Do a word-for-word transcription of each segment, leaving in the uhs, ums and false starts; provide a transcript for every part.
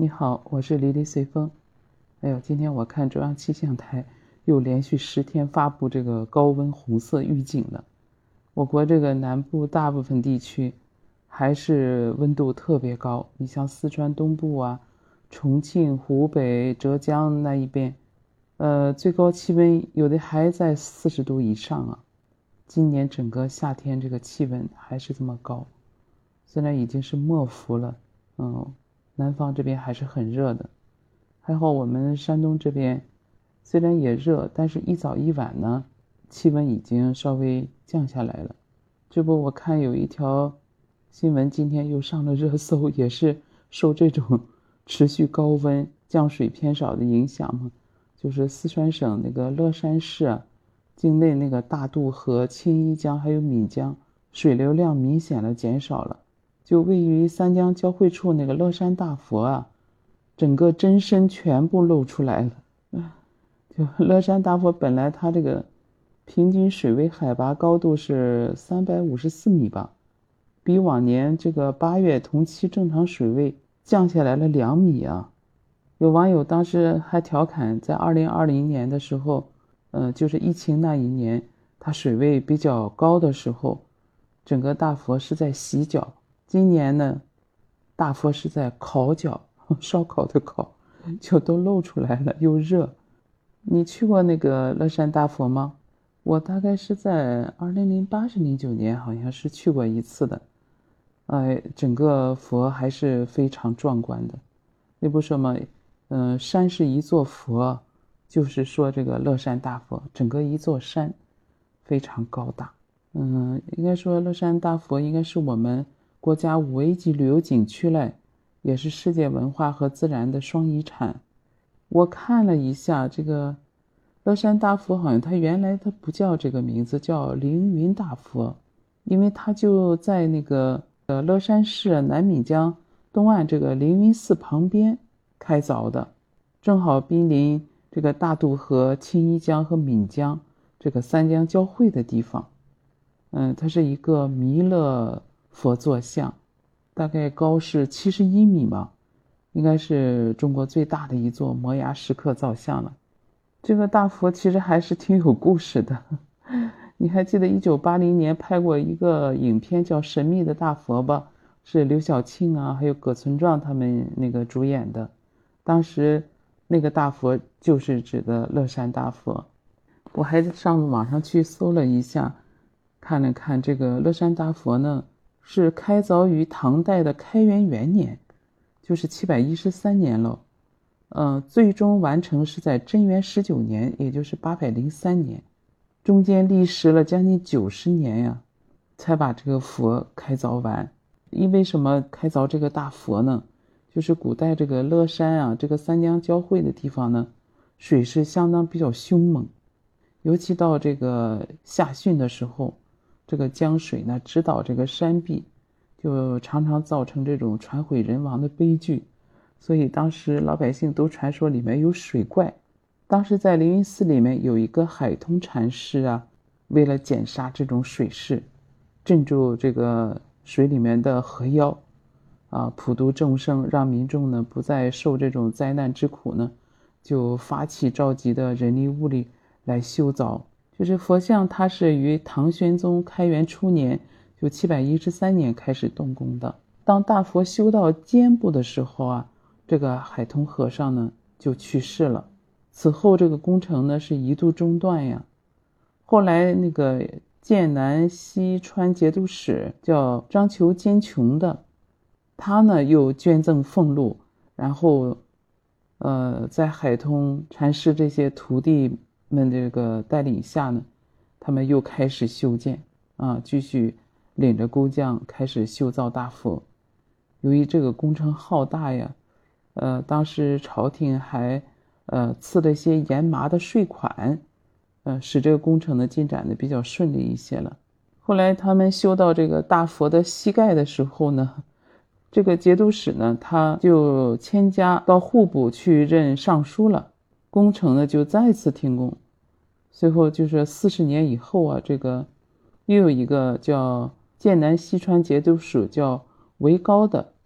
你好，我是离离随风。哎呦，今天我看中央气象台又连续十天发布这个高温红色预警了。我国这个南部大部分地区还是温度特别高，你像四川东部啊、重庆、湖北、浙江那一边，呃，最高气温有的还在四十度以上啊。今年整个夏天这个气温还是这么高，虽然已经是末伏了，嗯。南方这边还是很热的，还好我们山东这边虽然也热，但是一早一晚呢，气温已经稍微降下来了。这不，我看有一条新闻今天又上了热搜，也是受这种持续高温、降水偏少的影响嘛，就是四川省那个乐山市啊，境内那个大渡河、青衣江还有岷江水流量明显的减少了。就位于三江交汇处那个乐山大佛啊，整个真身全部露出来了。就乐山大佛本来它这个平均水位海拔高度是三百五十四米吧，比往年这个八月同期正常水位降下来了两米啊。有网友当时还调侃，在二零二零年的时候，呃，就是疫情那一年，它水位比较高的时候，整个大佛是在洗脚。今年呢，大佛是在烤脚，烧烤的烤，就都露出来了，又热。你去过那个乐山大佛吗？我大概是在二零零八是零九年，好像是去过一次的。哎，整个佛还是非常壮观的。那不说嘛，嗯、呃，山是一座佛，就是说这个乐山大佛，整个一座山，非常高大。嗯，应该说乐山大佛应该是我们国家五 A 级旅游景区嘞，也是世界文化和自然的双遗产。我看了一下这个乐山大佛，好像它原来它不叫这个名字，叫凌云大佛，因为它就在那个呃乐山市南岷江东岸这个凌云寺旁边开凿的，正好濒临这个大渡河、青衣江和岷江这个三江交汇的地方。嗯，它是一个弥勒佛坐像，大概高是七十一米嘛，应该是中国最大的一座摩崖石刻造像了。这个大佛其实还是挺有故事的。你还记得一九八零年拍过一个影片叫《神秘的大佛》吧？是刘晓庆啊，还有葛存壮他们那个主演的。当时那个大佛就是指的乐山大佛。我还上网上去搜了一下，看了看这个乐山大佛呢，是开凿于唐代的开元元年，就是七百一十三年了。呃，最终完成是在贞元十九年，也就是八百零三年，中间历时了将近九十年呀，才把这个佛开凿完。因为什么开凿这个大佛呢？就是古代这个乐山啊，这个三江交汇的地方呢，水势相当比较凶猛，尤其到这个夏汛的时候，这个江水呢直捣这个山壁，就常常造成这种船毁人亡的悲剧。所以当时老百姓都传说里面有水怪。当时在凌云寺里面有一个海通禅师啊，为了减杀这种水势，镇住这个水里面的河妖啊，普度众生，让民众呢不再受这种灾难之苦呢，就发起召集的人力物力来修凿。就是佛像它是于唐玄宗开元初年，就七百一十三年开始动工的。当大佛修到肩部的时候啊，这个海通和尚呢就去世了。此后这个工程呢是一度中断呀。后来那个剑南西川节度使叫张求坚穷的，他呢又捐赠俸禄，然后呃在海通禅师这些徒弟们这个带领下呢，他们又开始修建啊，继续领着工匠开始修造大佛。由于这个工程浩大呀，呃，当时朝廷还呃赐了一些盐麻的税款，呃，使这个工程呢进展的比较顺利一些了。后来他们修到这个大佛的膝盖的时候呢，这个节度使呢他就迁家到户部去任尚书了，工程呢就再次停工。随后就是四十年以后啊，这个又有一个叫剑南西川节度使叫韦高的，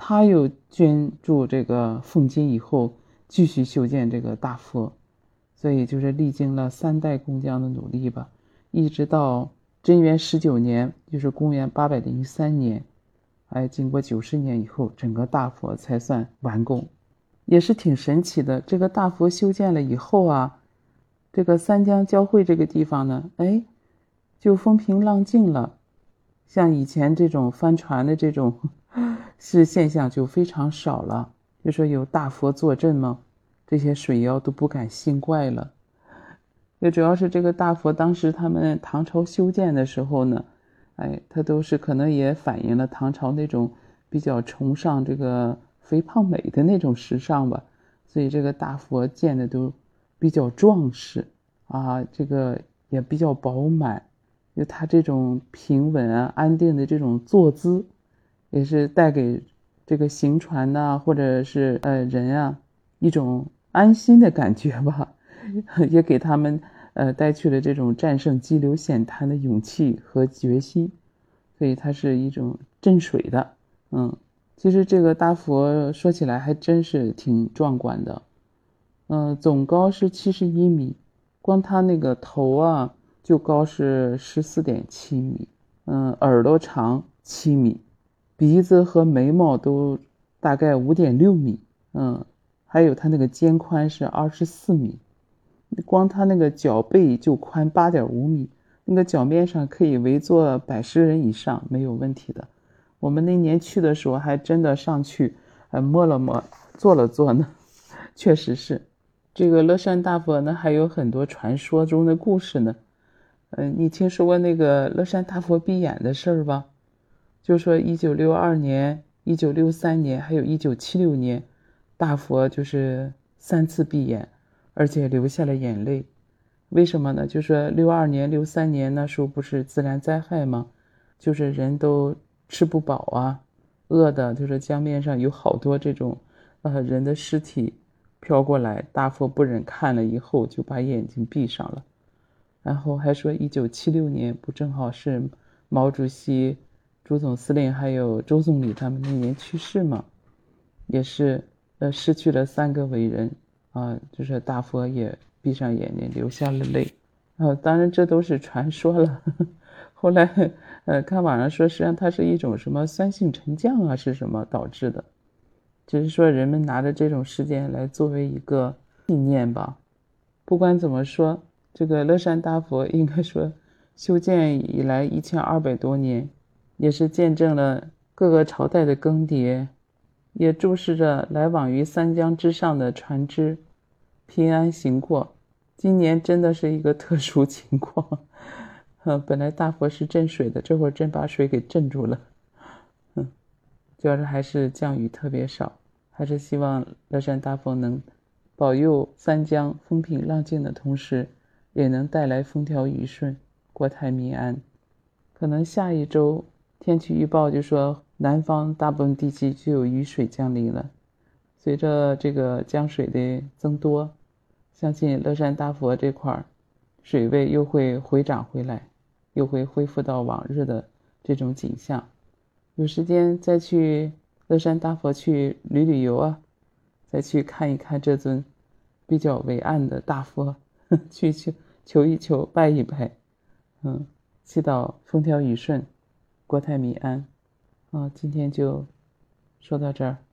他又捐助这个奉金以后，继续修建这个大佛，所以就是历经了三代工匠的努力吧，一直到贞元十九年，就是公元八百零三年，哎，经过九十年以后，整个大佛才算完工，也是挺神奇的。这个大佛修建了以后啊，这个三江交汇这个地方呢，哎，就风平浪静了，像以前这种帆船的这种是现象就非常少了。就说有大佛坐镇嘛，这些水妖都不敢兴怪了。也主要是这个大佛当时他们唐朝修建的时候呢，哎，它都是可能也反映了唐朝那种比较崇尚这个肥胖美的那种时尚吧，所以这个大佛建的都比较壮实啊，这个也比较饱满，就它这种平稳啊安定的这种坐姿，也是带给这个行船呐、啊、或者是呃人啊一种安心的感觉吧，也给他们呃带去了这种战胜激流险滩的勇气和决心，所以它是一种镇水的。嗯，其实这个大佛说起来还真是挺壮观的。嗯，总高是七十一米，光它那个头啊就高是十四点七米，嗯，耳朵长七米，鼻子和眉毛都大概五点六米，嗯，还有它那个肩宽是二十四米，光它那个脚背就宽八点五米，那个脚面上可以围坐百十人以上，没有问题的。我们那年去的时候还真的上去，呃，摸了摸，坐了坐呢，确实是。这个乐山大佛呢，还有很多传说中的故事呢。嗯、呃，你听说过那个乐山大佛闭眼的事儿吧？就说一九六二年、一九六三年，还有一九七六年，大佛就是三次闭眼，而且流下了眼泪。为什么呢？就说六二年、六三年那时候不是自然灾害吗？就是人都吃不饱啊，饿的，就是江面上有好多这种呃人的尸体飘过来，大佛不忍看了以后就把眼睛闭上了。然后还说一九七六年不正好是毛主席、朱总司令还有周总理他们那年去世嘛，也是呃失去了三个伟人啊，就是大佛也闭上眼睛流下了泪啊。当然这都是传说了，呵呵后来呃看网上说实际上它是一种什么酸性沉降啊是什么导致的，只是说人们拿着这种事件来作为一个纪念吧。不管怎么说，这个乐山大佛应该说修建以来一千二百多年，也是见证了各个朝代的更迭，也注视着来往于三江之上的船只平安行过。今年真的是一个特殊情况，呃，本来大佛是镇水的，这会儿真把水给镇住了。嗯，主要是还是降雨特别少，还是希望乐山大佛能保佑三江风平浪静的同时，也能带来风调雨顺，国泰民安。可能下一周天气预报就说南方大部分地区就有雨水降临了，随着这个江水的增多，相信乐山大佛这块水位又会回涨回来，又会恢复到往日的这种景象。有时间再去乐山大佛去旅旅游啊，再去看一看这尊比较伟岸的大佛，去求求一求，拜一拜，嗯，祈祷风调雨顺，国泰民安。啊，今天就说到这儿。